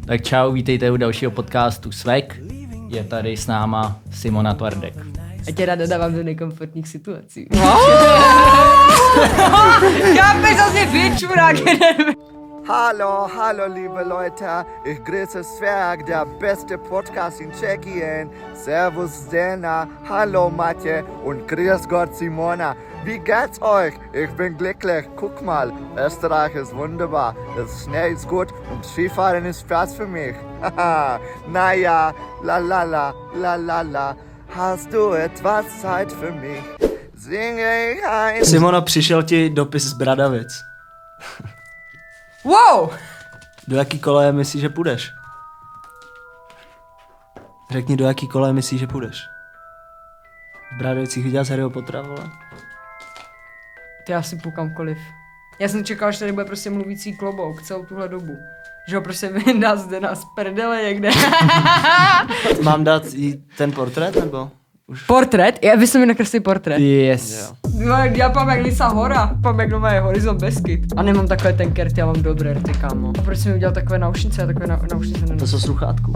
Tak čau, vítejte u dalšího podcastu Svek. Je tady s náma Simona Tvardek. A tě ráda dávám do nekomfortních situací. Chápeš, zase věčurák jeden. Hallo, liebe Leute. Ich grüße Zwerg, der beste Podcast in Tschechien. Servus Stena, hallo Matje und grüß Gott Simona. Wie geht's euch? Ich bin glücklich. Guck mal, Österreich ist wunderbar. Das Schnee ist gut und Skifahren ist Spaß für mich. Naja, la. Hast du etwas Zeit für mich? Singe ich ein... Simono, přišel ti dopis z Bradavic. Wow! Do jaký koleje myslíš, že půjdeš? Řekni, do jaký koleje myslíš, že půjdeš? V Bradavicích viděl Harryho Pottera, vole? Ty já si půjdu kamkoliv. Já jsem čekal, že tady bude prostě mluvící klobouk celou tuhle dobu. Že ho prostě vydá zde na prdele někde. Mám dát jí ten portrét, nebo? Už? Portrét? Vy jste mi nakreslili portrét. Yes. Já pám jak Lisa Hora, pám jak nové Horizon Beskyt. A nemám takové ten kert, já mám dobré rty, kámo. A proč jsi mi udělal takové naušnice, já takové naušnice nenosím. To jsou sluchátku.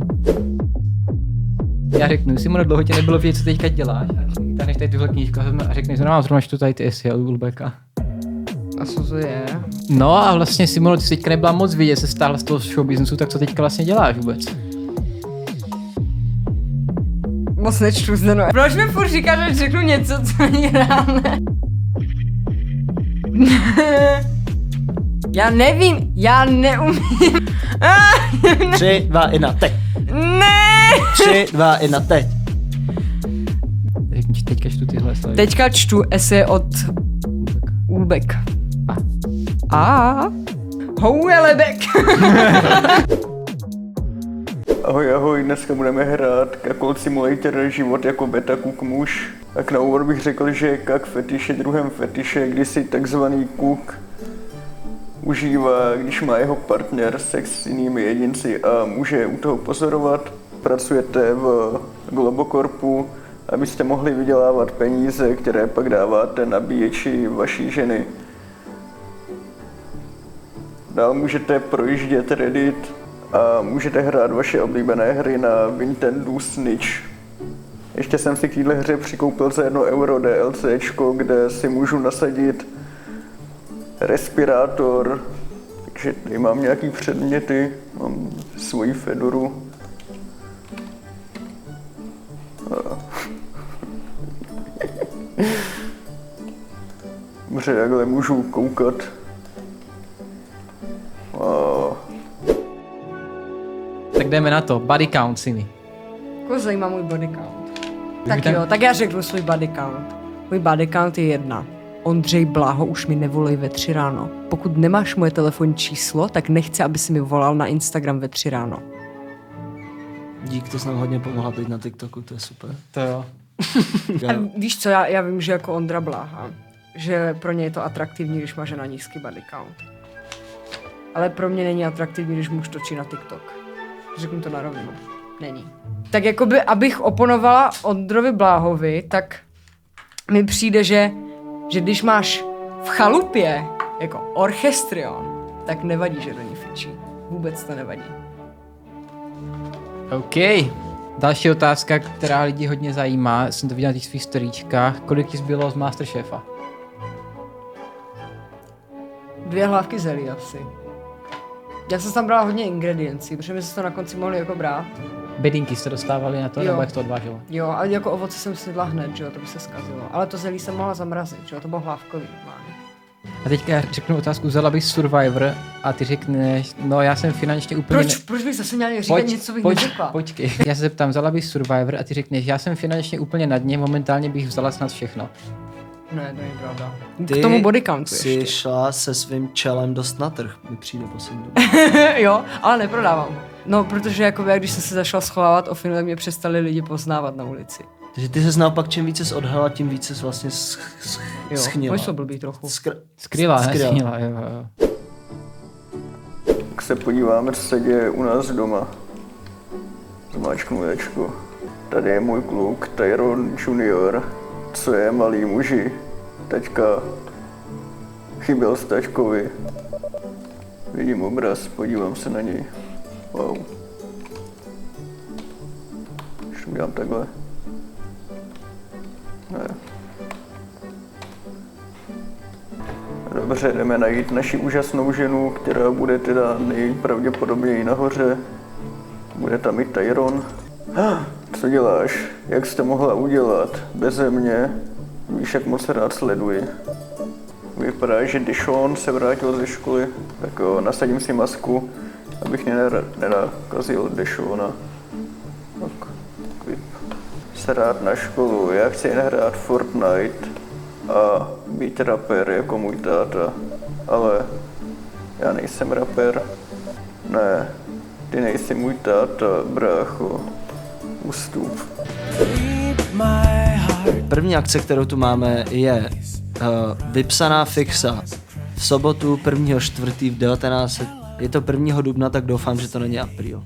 Já řeknu, Simona, dlouho tě nebylo vědět, co teďka děláš. A než tady tuhle knížku a řekneš, že mám zrovna čtu tady ty esy od Ulbeka. A co to je? No a vlastně Simono, ty jsi teďka nebyla moc vidět, se stáhla z toho showbiznesu, tak co teďka vlastně děláš vůbec? Moc nečtu zde, no. Proč mi furt říkáš, že řeknu něco, co není reálné? Já neumím. 3, 2, 1, teď. Ne! 3, 2, 1, teď. Řekni, teďka čtu tyhle slovy. Teďka čtu esej od Ulbek. Houjelebek. Ahoj, dneska budeme hrát Kakol Simulator život jako beta kuk muž. Tak na úvod bych řekl, že kak fetiš je druhem fetiše, kdy si takzvaný kuk užívá, když má jeho partner sex s jinými jedinci a může u toho pozorovat. Pracujete v Globocorpu, abyste mohli vydělávat peníze, které pak dáváte nabíječi vaší ženy. Dál můžete projíždět Reddit a můžete hrát vaše oblíbené hry na Nintendo Switch. Ještě jsem si k téhle hře přikoupil za 1 euro DLCčko, kde si můžu nasadit respirátor, takže tady mám nějaký předměty, mám svoji fedoru. Dobře, takhle můžu koukat. Tak jdeme na to, body count, Simi. Koho zajímá můj body count? Tak jo, tak já řeknu svůj body count. Můj body count je 1. Ondřej Bláho, už mi nevolej ve 3 ráno. Pokud nemáš moje telefonní číslo, tak nechci, aby si mi volal na Instagram ve 3 ráno. Dík, to jsi nám hodně pomohla teď na TikToku, to je super. To jo. A víš co, já vím, že jako Ondra Bláha, že pro ně je to atraktivní, když má žena nízký body count. Ale pro mě není atraktivní, když muž točí na TikTok. Řeknu to na rovinu. Není. Tak jakoby, abych oponovala Ondrovi Bláhovi, tak mi přijde, že když máš v chalupě jako orchestrion, tak nevadí, že do ní fičí. Vůbec to nevadí. OK. Další otázka, která lidi hodně zajímá, jsem to viděl na těch svých storíčkách. Kolik ti zbylo z Masterchefa? 2 hlávky zelí asi. Já jsem tam brala hodně ingrediencí, protože my jsme to na konci mohli jako brát. Bedinky jste dostávali na to, Jo. nebo jak to odváželo? Jo, ale jako ovoce jsem snědla hned, že jo, to by se zkazilo. Ale to zelí jsem mohla zamrazit, že jo, to bylo hlávkový. A teďka já řeknu otázku, vzala bych Survivor a ty řekneš, no já jsem finančně úplně... Proč bych zase měl říkat něco, co bych neřekla? Počkej. Já se zeptám, vzala bych Survivor a ty řekneš, já jsem finančně úplně na dně, momentálně bych vzala snad všechno. Ne, to není pravda. Ty K tomu body countu jsi ještě. šla se svým čelem dost na trh, mi přijde poslední době. Jo, ale neprodávám. No, protože jako já, když jsem se začala schovávat o filmu, mě přestali lidi poznávat na ulici. Takže ty se naopak, čím více odhala, tím více vlastně schnila. Jo, jsou blbý trochu. Skryla, ne? Schnila, jo. Tak se podíváme, co se děje u nás doma. Zmáčknu ječko. Tady je můj kluk, Tyron Junior, co je malý muži. Taťka chyběl stačkovi. Vidím obraz, podívám se na něj. Wow. Už to dělám takhle. Ne. Dobře, jdeme najít naši úžasnou ženu, která bude teda nejpravděpodobněji nahoře. Bude tam i Tyron. Co děláš? Jak jste mohla udělat? Beze mě? Víš, jak moc rád sleduji. Vypadá, že Dishon se vrátil ze školy, tak jo, nasadím si masku, abych nenakazil Dishona. Tak, kvip. Se rád na školu, já chci jen hrát Fortnite a být rapper jako můj táta, ale já nejsem rapper. Ne, ty nejsi můj táta, brácho. Ustup. První akce, kterou tu máme, je vypsaná fixa. V sobotu 1.4. v 19. Je to 1. dubna, tak doufám, že to není apríl.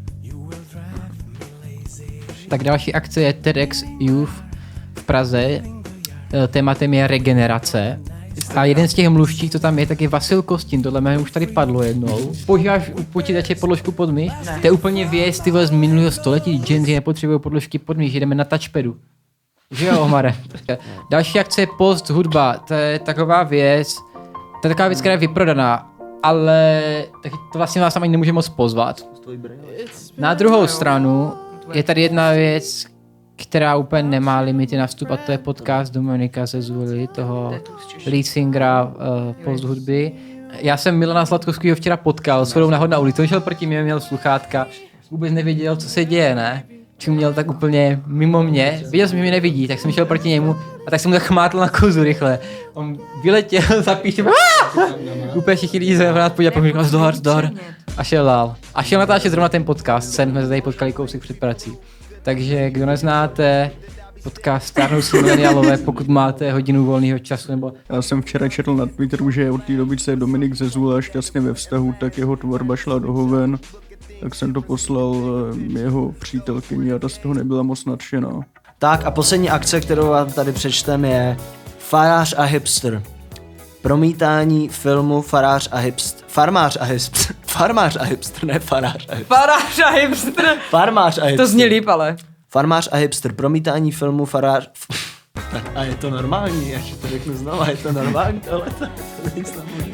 Tak další akce je TEDx Youth v Praze. Tématem je regenerace. A jeden z těch mluvčích, co tam je, tak je Vasil Kostin, tohle jméno už tady padlo jednou. Používáš u počítače podložku pod myš? To je úplně věc z minulého století, Gen Z nepotřebují podložky pod myš, jdeme na touchpadu. Že jo, Omare? Další akce je post hudba, to je taková věc, která je vyprodaná, ale taky to vlastně vás tam ani nemůže moc pozvat. Na druhou stranu je tady jedna věc, která úplně nemá limity na vstup, a to je podcast Dominika Zezuli, toho lead singera post hudby. Já jsem Milana Zlatkovského včera potkal, shodou náhod na ulici, on šel proti mě, měl sluchátka, vůbec nevěděl, co se děje, ne? Čím měl tak úplně mimo mě, viděl jsem, že mě nevidí, tak jsem šel proti němu a tak jsem mu tak chmátl na kozu rychle. On vyletěl, zapíš, úplně všichni lidi se na nás podívat, pak říkal zdor a šel dál. A šel natáčet zrovna ten podcast, jsme se tady potkali kousek před prací. Takže kdo neznáte podcast Stárnoucí mileniálové, pokud máte hodinu volného času nebo... Já jsem včera četl na Twitteru, že od té doby, co je Dominik Zezula šťastně ve vztahu, tak jeho tvorba šla do hoven. Tak jsem to poslal jeho přítelkyni a ta z toho nebyla moc nadšená. Tak a poslední akce, kterou vám tady přečtem, je Farář a hipster. Promítání filmu Farmář a hipster, ne Farář a hipster. Farář a hipster. Farmář a hipster. To zní líp, ale. Farmář a hipster, promítání filmu Farář... A je to normální, já to řeknu znovu, je to normální, ale to není snadný.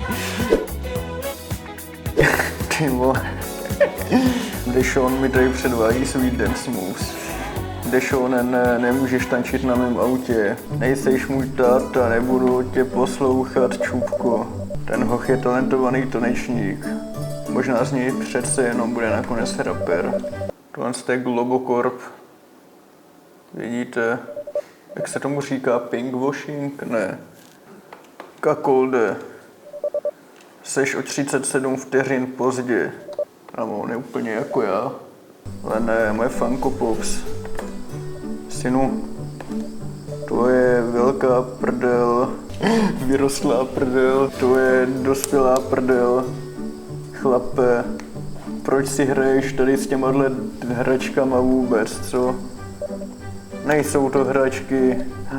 Ty vole. Dishon mi tady předvádí svý dance moves. Dishon, nemůžeš tančit na mém autě. Nejseš můj táta, nebudu tě poslouchat, čupko. Ten hoch je talentovaný tanečník. Možná z něj přece jenom bude nakonec rapper. Tohle je Globocorp. Vidíte, jak se tomu říká pinkwashing? Ne. Kakolde. Seš o 37 vteřin pozdě. Ramon je úplně jako já. Ale ne, moje Funko Pops. Synu, to je velká prdel, vyrostlá prdel, to je dospělá prdel. Chlape, proč si hraješ tady s těmahle hračkama vůbec, co? Nejsou to hračky.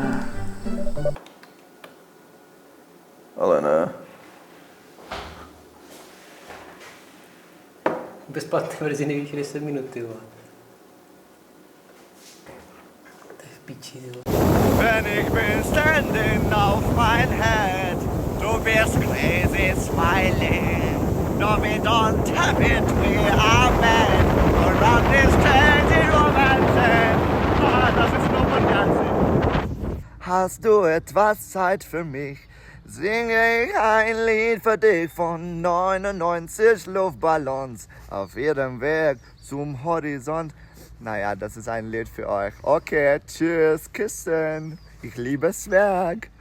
Ale ne. Bezplatné verzi nevíš 10 minut, ty vole. To je v píči, ty vole. Wenn ich bin standing auf mein head, du wirst crazy smiling. No, we don't tap it, we are men. Around this trendy romancing. Ah, das ist nur von Ganzen. Hast du etwas Zeit für mich? Singe ich ein Lied für dich von 99 Luftballons auf ihrem Weg zum Horizont. Naja, das ist ein Lied für euch. Okay, tschüss, küssen. Ich liebe Zwerg.